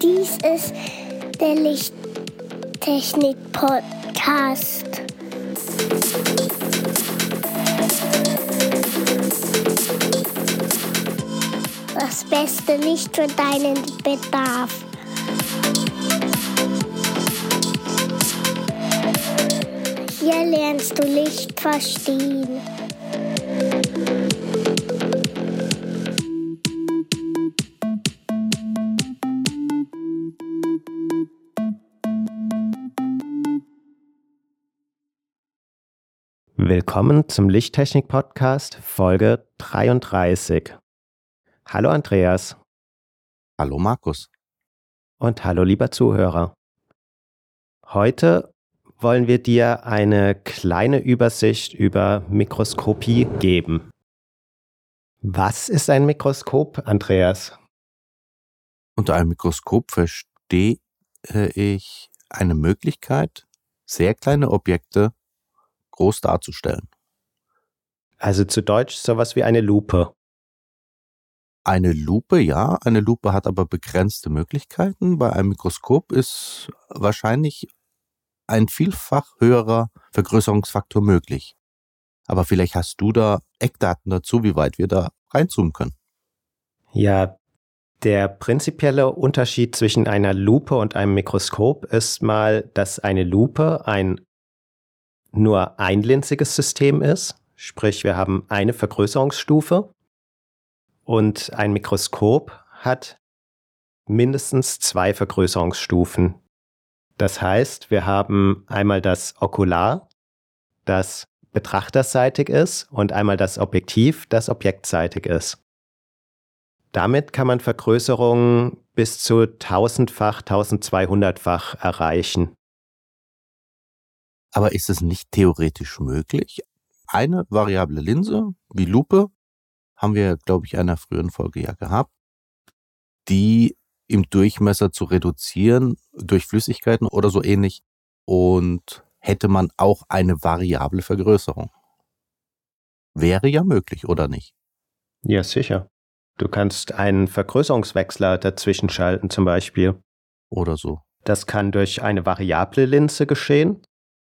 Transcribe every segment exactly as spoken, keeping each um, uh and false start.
Dies ist der Lichttechnik-Podcast. Das beste Licht für deinen Bedarf. Hier lernst du Licht verstehen. Willkommen zum Lichttechnik-Podcast Folge dreiunddreißig. Hallo Andreas. Hallo Markus. Und hallo lieber Zuhörer. Heute wollen wir dir eine kleine Übersicht über Mikroskopie geben. Was ist ein Mikroskop, Andreas? Unter einem Mikroskop verstehe ich eine Möglichkeit, sehr kleine Objekte groß darzustellen. Also zu Deutsch sowas wie eine Lupe. Eine Lupe, ja. Eine Lupe hat aber begrenzte Möglichkeiten. Bei einem Mikroskop ist wahrscheinlich ein vielfach höherer Vergrößerungsfaktor möglich. Aber vielleicht hast du da Eckdaten dazu, wie weit wir da reinzoomen können. Ja, der prinzipielle Unterschied zwischen einer Lupe und einem Mikroskop ist mal, dass eine Lupe ein nur einlinsiges System ist, sprich wir haben eine Vergrößerungsstufe, und ein Mikroskop hat mindestens zwei Vergrößerungsstufen. Das heißt, wir haben einmal das Okular, das betrachterseitig ist, und einmal das Objektiv, das objektseitig ist. Damit kann man Vergrößerungen bis zu tausendfach, tausendzweihundertfach erreichen. Aber ist es nicht theoretisch möglich? Eine variable Linse, wie Lupe, haben wir, glaube ich, in einer früheren Folge ja gehabt, die im Durchmesser zu reduzieren durch Flüssigkeiten oder so ähnlich, und hätte man auch eine variable Vergrößerung. Wäre ja möglich, oder nicht? Ja, sicher. Du kannst einen Vergrößerungswechsler dazwischen schalten zum Beispiel. Oder so. Das kann durch eine variable Linse geschehen.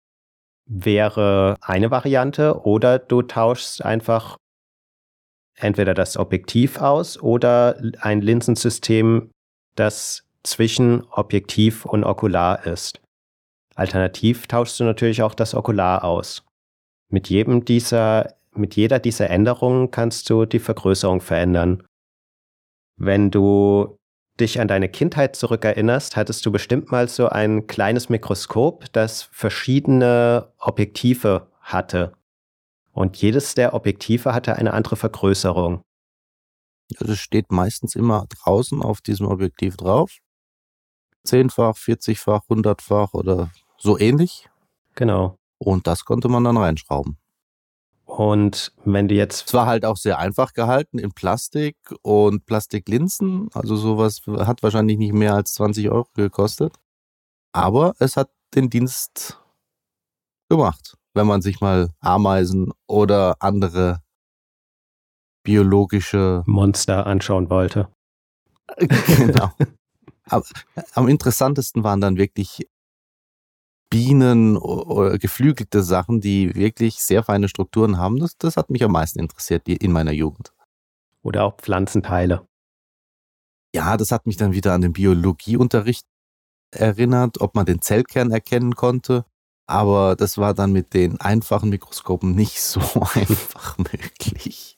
Wäre eine Variante, oder du tauschst einfach entweder das Objektiv aus oder ein Linsensystem, das zwischen Objektiv und Okular ist. Alternativ tauschst du natürlich auch das Okular aus. Mit jedem dieser, mit jeder dieser Änderungen kannst du die Vergrößerung verändern. Wenn du dich an deine Kindheit zurückerinnerst, hattest du bestimmt mal so ein kleines Mikroskop, das verschiedene Objektive hatte. Und jedes der Objektive hatte eine andere Vergrößerung. Also es steht meistens immer draußen auf diesem Objektiv drauf. Zehnfach, vierzigfach, hundertfach oder so ähnlich. Genau. Und das konnte man dann reinschrauben. Und wenn du jetzt... Es war halt auch sehr einfach gehalten in Plastik und Plastiklinsen. Also sowas hat wahrscheinlich nicht mehr als zwanzig Euro gekostet. Aber es hat den Dienst gemacht, wenn man sich mal Ameisen oder andere biologische Monster anschauen wollte. Genau. Aber am interessantesten waren dann wirklich Bienen oder geflügelte Sachen, die wirklich sehr feine Strukturen haben. Das, das hat mich am meisten interessiert in meiner Jugend. Oder auch Pflanzenteile. Ja, das hat mich dann wieder an den Biologieunterricht erinnert, ob man den Zellkern erkennen konnte. Aber das war dann mit den einfachen Mikroskopen nicht so einfach möglich.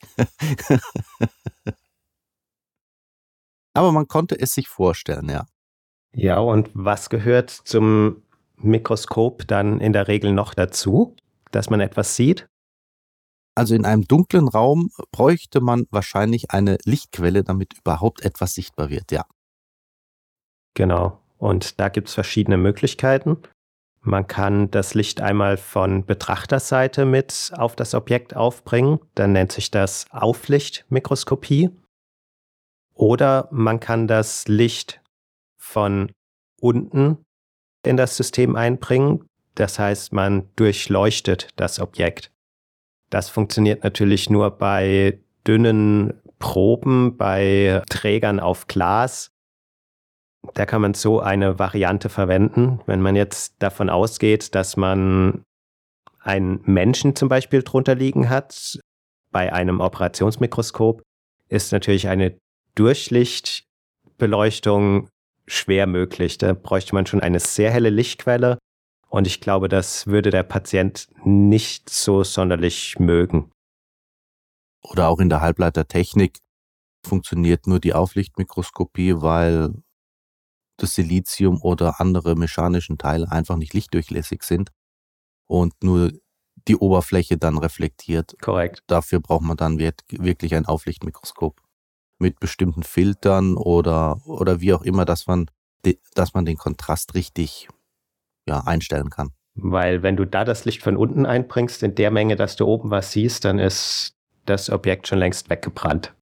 Aber man konnte es sich vorstellen, ja. Ja, und was gehört zum Mikroskop dann in der Regel noch dazu, dass man etwas sieht? Also in einem dunklen Raum bräuchte man wahrscheinlich eine Lichtquelle, damit überhaupt etwas sichtbar wird, ja. Genau. Und da gibt es verschiedene Möglichkeiten. Man kann das Licht einmal von Betrachterseite mit auf das Objekt aufbringen. Dann nennt sich das Auflichtmikroskopie. Oder man kann das Licht von unten in das System einbringen. Das heißt, man durchleuchtet das Objekt. Das funktioniert natürlich nur bei dünnen Proben, bei Trägern auf Glas. da kann man so eine Variante verwenden. Wenn man jetzt davon ausgeht, dass man einen Menschen zum Beispiel drunter liegen hat, bei einem Operationsmikroskop ist natürlich eine Durchlichtbeleuchtung schwer möglich. Da bräuchte man schon eine sehr helle Lichtquelle und ich glaube, das würde der Patient nicht so sonderlich mögen. Oder auch in der Halbleitertechnik funktioniert nur die Auflichtmikroskopie, weil das Silizium oder andere mechanischen Teile einfach nicht lichtdurchlässig sind und nur die Oberfläche dann reflektiert. Korrekt. Dafür braucht man dann wirklich ein Auflichtmikroskop mit bestimmten Filtern oder, oder wie auch immer, dass man, dass man den Kontrast richtig ja, einstellen kann. Weil wenn du da das Licht von unten einbringst, in der Menge, dass du oben was siehst, dann ist das Objekt schon längst weggebrannt.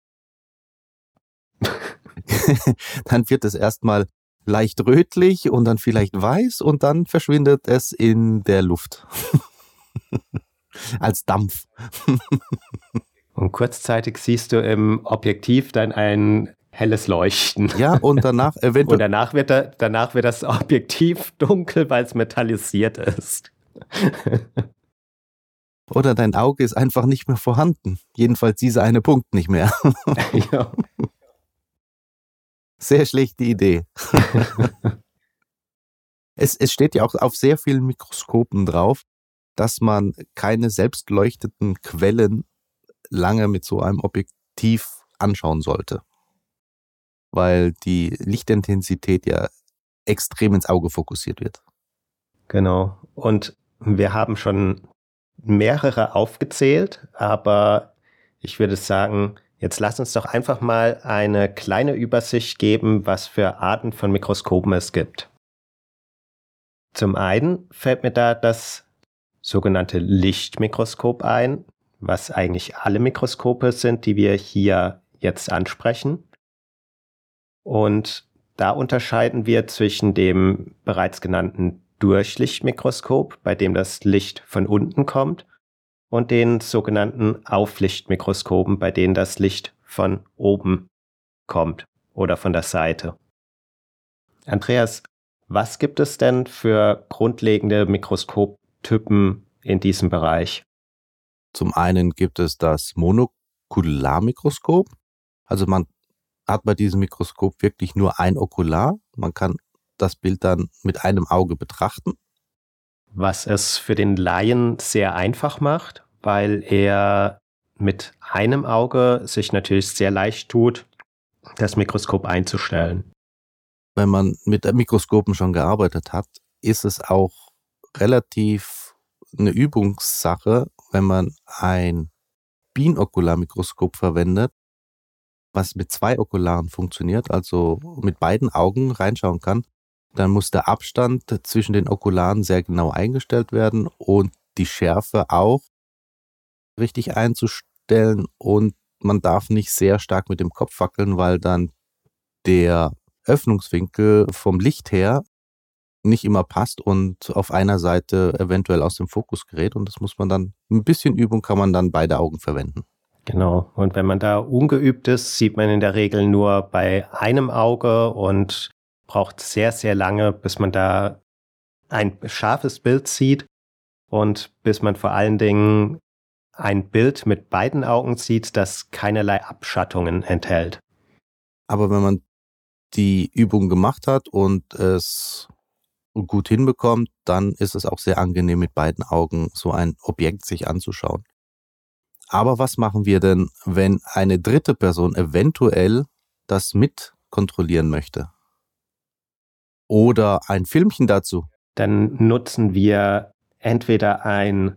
Dann wird es erstmal leicht rötlich und dann vielleicht weiß und dann verschwindet es in der Luft. Als Dampf. Und kurzzeitig siehst du im Objektiv dann ein helles Leuchten. Ja, und danach eventuell. Und danach wird, da, danach wird das Objektiv dunkel, weil es metallisiert ist. Oder dein Auge ist einfach nicht mehr vorhanden. Jedenfalls dieser eine Punkt nicht mehr. Ja. Sehr schlechte Idee. es, es steht ja auch auf sehr vielen Mikroskopen drauf, dass man keine selbstleuchtenden Quellen lange mit so einem Objektiv anschauen sollte. Weil die Lichtintensität ja extrem ins Auge fokussiert wird. Genau. Und wir haben schon mehrere aufgezählt, aber ich würde sagen, jetzt lass uns doch einfach mal eine kleine Übersicht geben, was für Arten von Mikroskopen es gibt. Zum einen fällt mir da das sogenannte Lichtmikroskop ein, was eigentlich alle Mikroskope sind, die wir hier jetzt ansprechen. Und da unterscheiden wir zwischen dem bereits genannten Durchlichtmikroskop, bei dem das Licht von unten kommt, und den sogenannten Auflichtmikroskopen, bei denen das Licht von oben kommt oder von der Seite. Andreas, was gibt es denn für grundlegende Mikroskoptypen in diesem Bereich? Zum einen gibt es das Monokularmikroskop. Also man hat bei diesem Mikroskop wirklich nur ein Okular. Man kann das Bild dann mit einem Auge betrachten. Was es für den Laien sehr einfach macht, weil er mit einem Auge sich natürlich sehr leicht tut, das Mikroskop einzustellen. Wenn man mit Mikroskopen schon gearbeitet hat, ist es auch relativ eine Übungssache, wenn man ein Binokularmikroskop verwendet, was mit zwei Okularen funktioniert, also mit beiden Augen reinschauen kann. Dann muss der Abstand zwischen den Okularen sehr genau eingestellt werden und die Schärfe auch richtig einzustellen und man darf nicht sehr stark mit dem Kopf wackeln, weil dann der Öffnungswinkel vom Licht her nicht immer passt und auf einer Seite eventuell aus dem Fokus gerät und das muss man dann, ein bisschen Übung kann man dann beide Augen verwenden. Genau, und wenn man da ungeübt ist, sieht man in der Regel nur bei einem Auge und braucht sehr, sehr lange, bis man da ein scharfes Bild sieht und bis man vor allen Dingen ein Bild mit beiden Augen sieht, das keinerlei Abschattungen enthält. Aber wenn man die Übung gemacht hat und es gut hinbekommt, dann ist es auch sehr angenehm, mit beiden Augen so ein Objekt sich anzuschauen. Aber was machen wir denn, wenn eine dritte Person eventuell das mit kontrollieren möchte? Oder ein Filmchen dazu? Dann nutzen wir entweder ein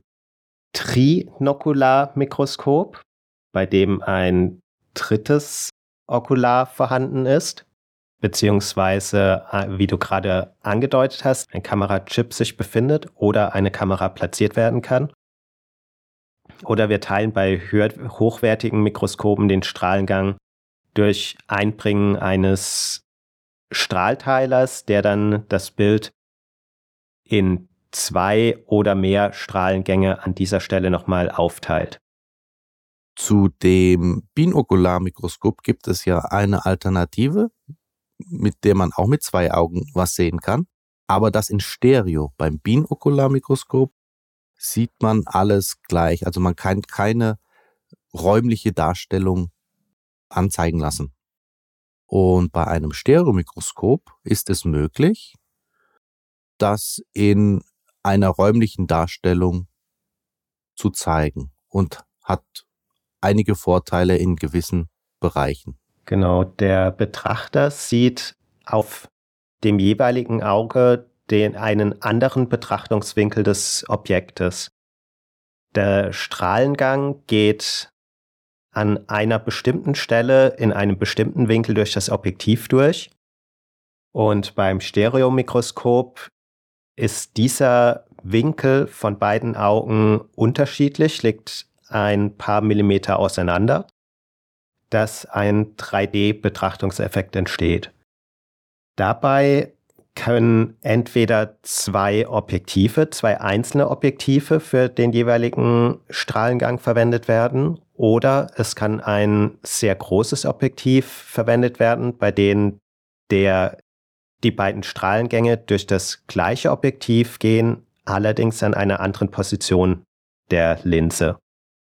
Trinokularmikroskop, bei dem ein drittes Okular vorhanden ist, beziehungsweise, wie du gerade angedeutet hast, ein Kamerachip sich befindet oder eine Kamera platziert werden kann. Oder wir teilen bei hochwertigen Mikroskopen den Strahlengang durch Einbringen eines Strahlteilers, der dann das Bild in zwei oder mehr Strahlengänge an dieser Stelle nochmal aufteilt. Zu dem Binokularmikroskop gibt es ja eine Alternative, mit der man auch mit zwei Augen was sehen kann. Aber das in Stereo. Beim Binokularmikroskop sieht man alles gleich. Also man kann keine räumliche Darstellung anzeigen lassen. Und bei einem Stereomikroskop ist es möglich, das in einer räumlichen Darstellung zu zeigen und hat einige Vorteile in gewissen Bereichen. Genau, der Betrachter sieht auf dem jeweiligen Auge den einen anderen Betrachtungswinkel des Objektes. Der Strahlengang geht an einer bestimmten Stelle in einem bestimmten Winkel durch das Objektiv durch. Und beim Stereomikroskop ist dieser Winkel von beiden Augen unterschiedlich, liegt ein paar Millimeter auseinander, dass ein drei D-Betrachtungseffekt entsteht. Dabei können entweder zwei Objektive, zwei einzelne Objektive für den jeweiligen Strahlengang verwendet werden, oder es kann ein sehr großes Objektiv verwendet werden, bei dem der, die beiden Strahlengänge durch das gleiche Objektiv gehen, allerdings an einer anderen Position der Linse.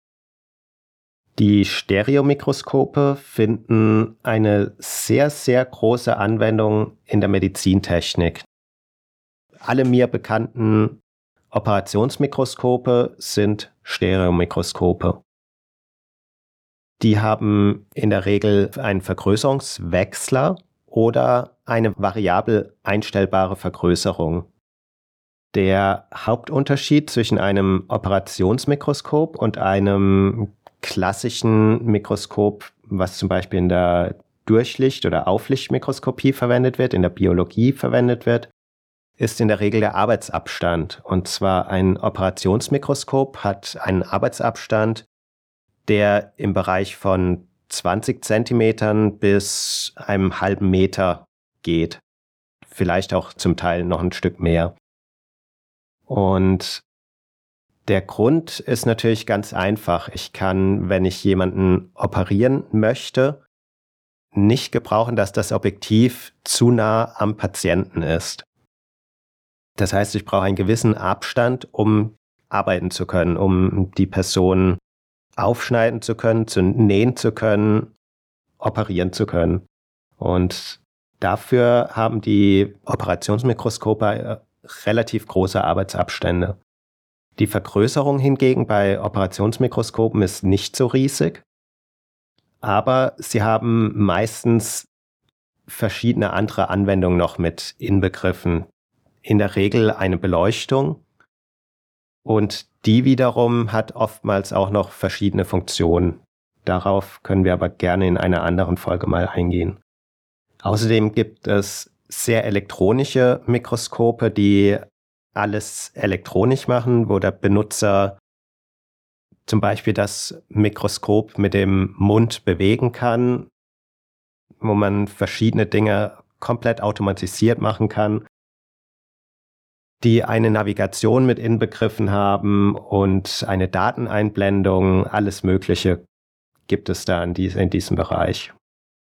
Die Stereomikroskope finden eine sehr, sehr große Anwendung in der Medizintechnik. Alle mir bekannten Operationsmikroskope sind Stereomikroskope. Die haben in der Regel einen Vergrößerungswechsler oder eine variabel einstellbare Vergrößerung. Der Hauptunterschied zwischen einem Operationsmikroskop und einem klassischen Mikroskop, was zum Beispiel in der Durchlicht- oder Auflichtmikroskopie verwendet wird, in der Biologie verwendet wird, ist in der Regel der Arbeitsabstand. Und zwar ein Operationsmikroskop hat einen Arbeitsabstand, der im Bereich von zwanzig Zentimetern bis einem halben Meter geht. Vielleicht auch zum Teil noch ein Stück mehr. Und der Grund ist natürlich ganz einfach. Ich kann, wenn ich jemanden operieren möchte, nicht gebrauchen, dass das Objektiv zu nah am Patienten ist. Das heißt, ich brauche einen gewissen Abstand, um arbeiten zu können, um die Person aufschneiden zu können, zu nähen zu können, operieren zu können. Und dafür haben die Operationsmikroskope relativ große Arbeitsabstände. Die Vergrößerung hingegen bei Operationsmikroskopen ist nicht so riesig, aber sie haben meistens verschiedene andere Anwendungen noch mit inbegriffen. In der Regel eine Beleuchtung und die wiederum hat oftmals auch noch verschiedene Funktionen. Darauf können wir aber gerne in einer anderen Folge mal eingehen. Außerdem gibt es sehr elektronische Mikroskope, die alles elektronisch machen, wo der Benutzer zum Beispiel das Mikroskop mit dem Mund bewegen kann, wo man verschiedene Dinge komplett automatisiert machen kann, die eine Navigation mit inbegriffen haben und eine Dateneinblendung, alles Mögliche gibt es da in, dies, in diesem Bereich.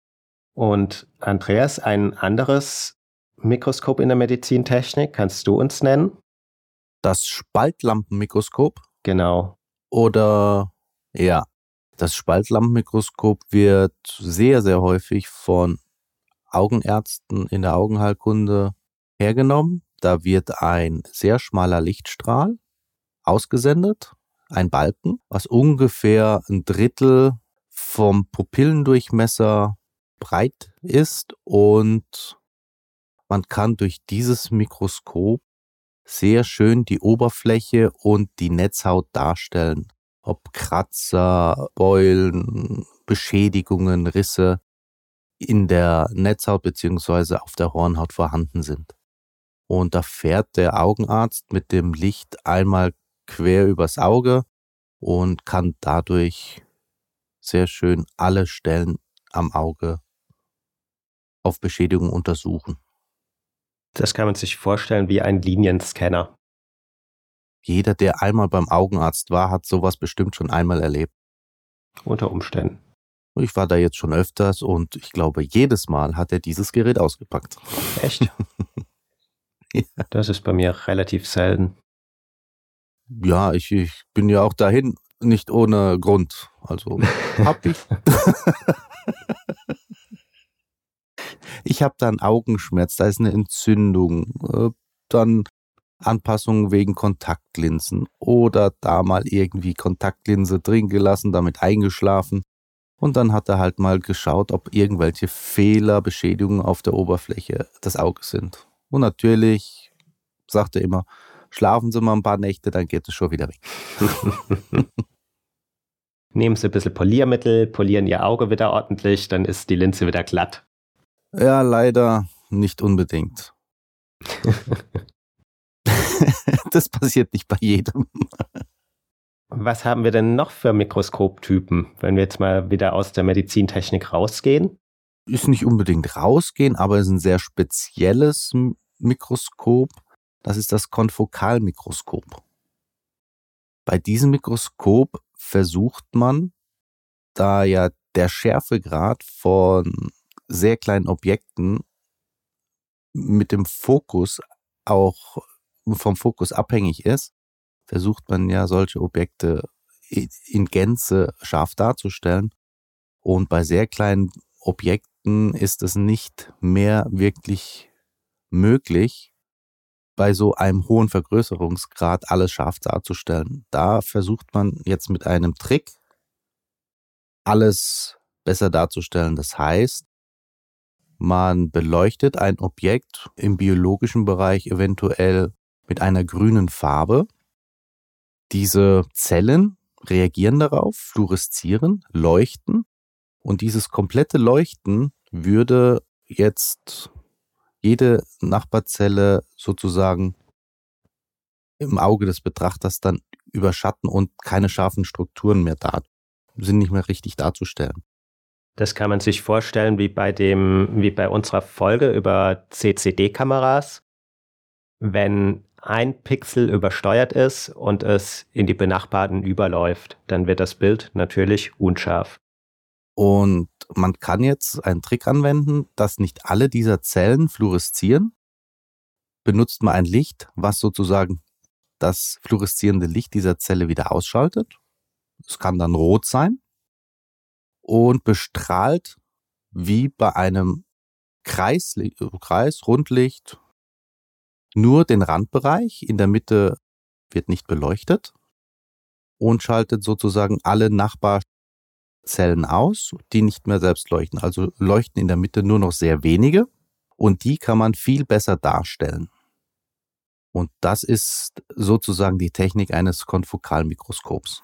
Und Andreas, ein anderes Mikroskop in der Medizintechnik, kannst du uns nennen? Das Spaltlampenmikroskop? Genau. Oder, ja, das Spaltlampenmikroskop wird sehr, sehr häufig von Augenärzten in der Augenheilkunde hergenommen. Da wird ein sehr schmaler Lichtstrahl ausgesendet, ein Balken, was ungefähr ein Drittel vom Pupillendurchmesser breit ist, und man kann durch dieses Mikroskop sehr schön die Oberfläche und die Netzhaut darstellen. Ob Kratzer, Beulen, Beschädigungen, Risse in der Netzhaut bzw. auf der Hornhaut vorhanden sind. Und da fährt der Augenarzt mit dem Licht einmal quer übers Auge und kann dadurch sehr schön alle Stellen am Auge auf Beschädigung untersuchen. Das kann man sich vorstellen wie ein Linienscanner. Jeder, der einmal beim Augenarzt war, hat sowas bestimmt schon einmal erlebt. Unter Umständen. Ich war da jetzt schon öfters und ich glaube, jedes Mal hat er dieses Gerät ausgepackt. Echt? Ja. Das ist bei mir relativ selten. Ja, ich, ich bin ja auch dahin nicht ohne Grund. Also hab ich. Ich habe dann Augenschmerz, da ist eine Entzündung, äh, dann Anpassungen wegen Kontaktlinsen oder da mal irgendwie Kontaktlinse drin gelassen, damit eingeschlafen. Und dann hat er halt mal geschaut, ob irgendwelche Fehler, Beschädigungen auf der Oberfläche des Auges sind. Und natürlich sagt er immer, schlafen Sie mal ein paar Nächte, dann geht es schon wieder weg. Nehmen Sie ein bisschen Poliermittel, polieren Ihr Auge wieder ordentlich, dann ist die Linse wieder glatt. Ja, leider nicht unbedingt. Das passiert nicht bei jedem. Was haben wir denn noch für Mikroskoptypen, wenn wir jetzt mal wieder aus der Medizintechnik rausgehen? Ist nicht unbedingt rausgehen, aber ist ein sehr spezielles Mikroskop. Das ist das Konfokalmikroskop. Bei diesem Mikroskop versucht man, da ja der Schärfegrad von sehr kleinen Objekten mit dem Fokus auch vom Fokus abhängig ist, versucht man ja solche Objekte in Gänze scharf darzustellen. Und bei sehr kleinen Objekten ist es nicht mehr wirklich möglich, bei so einem hohen Vergrößerungsgrad alles scharf darzustellen. Da versucht man jetzt mit einem Trick, alles besser darzustellen. Das heißt, man beleuchtet ein Objekt im biologischen Bereich eventuell mit einer grünen Farbe. Diese Zellen reagieren darauf, fluoreszieren, leuchten und dieses komplette Leuchten würde jetzt jede Nachbarzelle sozusagen im Auge des Betrachters dann überschatten und keine scharfen Strukturen mehr da sind, nicht mehr richtig darzustellen. Das kann man sich vorstellen wie bei dem, wie bei unserer Folge über C C D-Kameras. Wenn ein Pixel übersteuert ist und es in die benachbarten überläuft, dann wird das Bild natürlich unscharf. Und man kann jetzt einen Trick anwenden, dass nicht alle dieser Zellen fluoreszieren. Benutzt man ein Licht, was sozusagen das fluoreszierende Licht dieser Zelle wieder ausschaltet. Es kann dann rot sein und bestrahlt wie bei einem Kreis, Kreis, Rundlicht nur den Randbereich. In der Mitte wird nicht beleuchtet und schaltet sozusagen alle Nachbarzellen aus, die nicht mehr selbst leuchten. Also leuchten in der Mitte nur noch sehr wenige und die kann man viel besser darstellen. Und das ist sozusagen die Technik eines Konfokalmikroskops.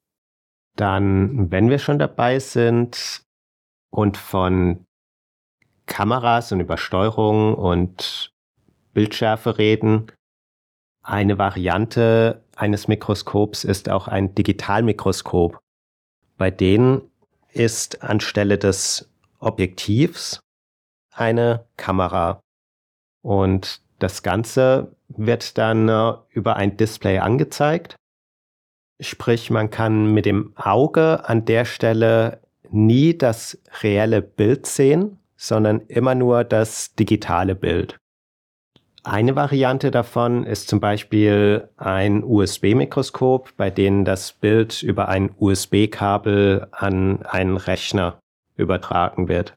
Dann, wenn wir schon dabei sind und von Kameras und Übersteuerung und Bildschärfe reden, eine Variante eines Mikroskops ist auch ein Digitalmikroskop. Bei denen ist anstelle des Objektivs eine Kamera. Und das Ganze wird dann äh, über ein Display angezeigt. Sprich, man kann mit dem Auge an der Stelle nie das reelle Bild sehen, sondern immer nur das digitale Bild. Eine Variante davon ist zum Beispiel ein U S B-Mikroskop, bei dem das Bild über ein U S B-Kabel an einen Rechner übertragen wird.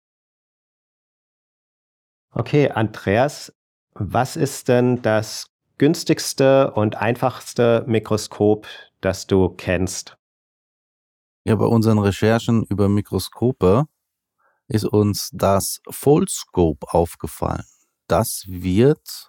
Okay, Andreas, was ist denn das günstigste und einfachste Mikroskop, das du kennst? Ja, bei unseren Recherchen über Mikroskope ist uns das Foldscope aufgefallen. Das wird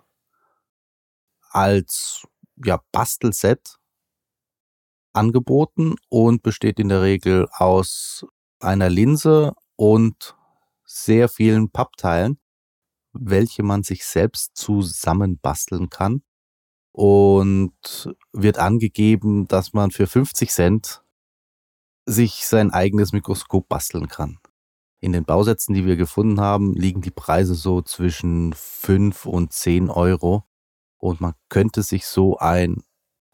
als ja, Bastelset angeboten und besteht in der Regel aus einer Linse und sehr vielen Pappteilen, welche man sich selbst zusammenbasteln kann. Und wird angegeben, dass man für fünfzig Cent sich sein eigenes Mikroskop basteln kann. In den Bausätzen, die wir gefunden haben, liegen die Preise so zwischen fünf und zehn Euro. Und man könnte sich so ein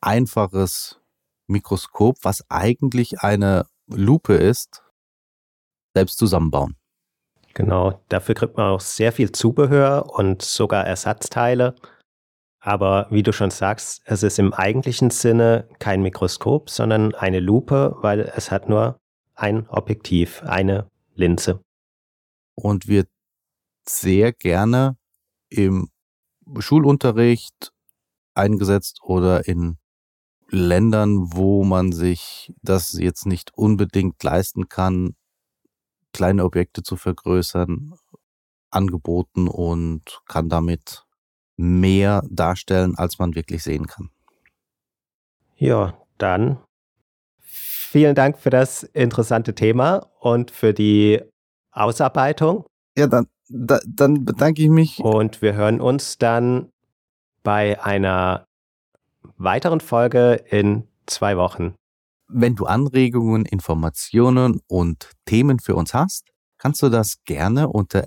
einfaches Mikroskop, was eigentlich eine Lupe ist, selbst zusammenbauen. Genau, dafür kriegt man auch sehr viel Zubehör und sogar Ersatzteile. Aber wie du schon sagst, es ist im eigentlichen Sinne kein Mikroskop, sondern eine Lupe, weil es hat nur ein Objektiv, eine Linse. Und wird sehr gerne im Schulunterricht eingesetzt oder in Ländern, wo man sich das jetzt nicht unbedingt leisten kann, kleine Objekte zu vergrößern, angeboten und kann damit mehr darstellen, als man wirklich sehen kann. Ja, dann vielen Dank für das interessante Thema und für die Ausarbeitung. Ja, dann, da, dann bedanke ich mich. Und wir hören uns dann bei einer weiteren Folge in zwei Wochen. Wenn du Anregungen, Informationen und Themen für uns hast, kannst du das gerne unter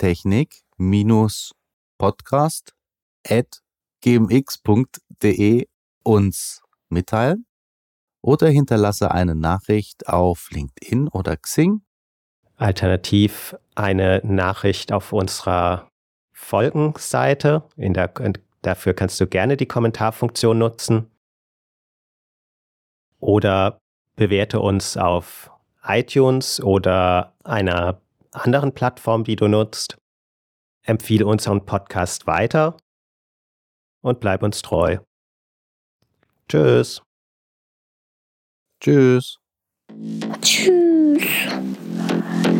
lichttechnik-podcast at gmx punkt de uns mitteilen oder hinterlasse eine Nachricht auf LinkedIn oder Xing. Alternativ eine Nachricht auf unserer Folgenseite. In der, dafür kannst du gerne die Kommentarfunktion nutzen. Oder bewerte uns auf iTunes oder einer anderen Plattform, die du nutzt. Empfehle unseren Podcast weiter und bleib uns treu. Tschüss. Tschüss. Tschüss.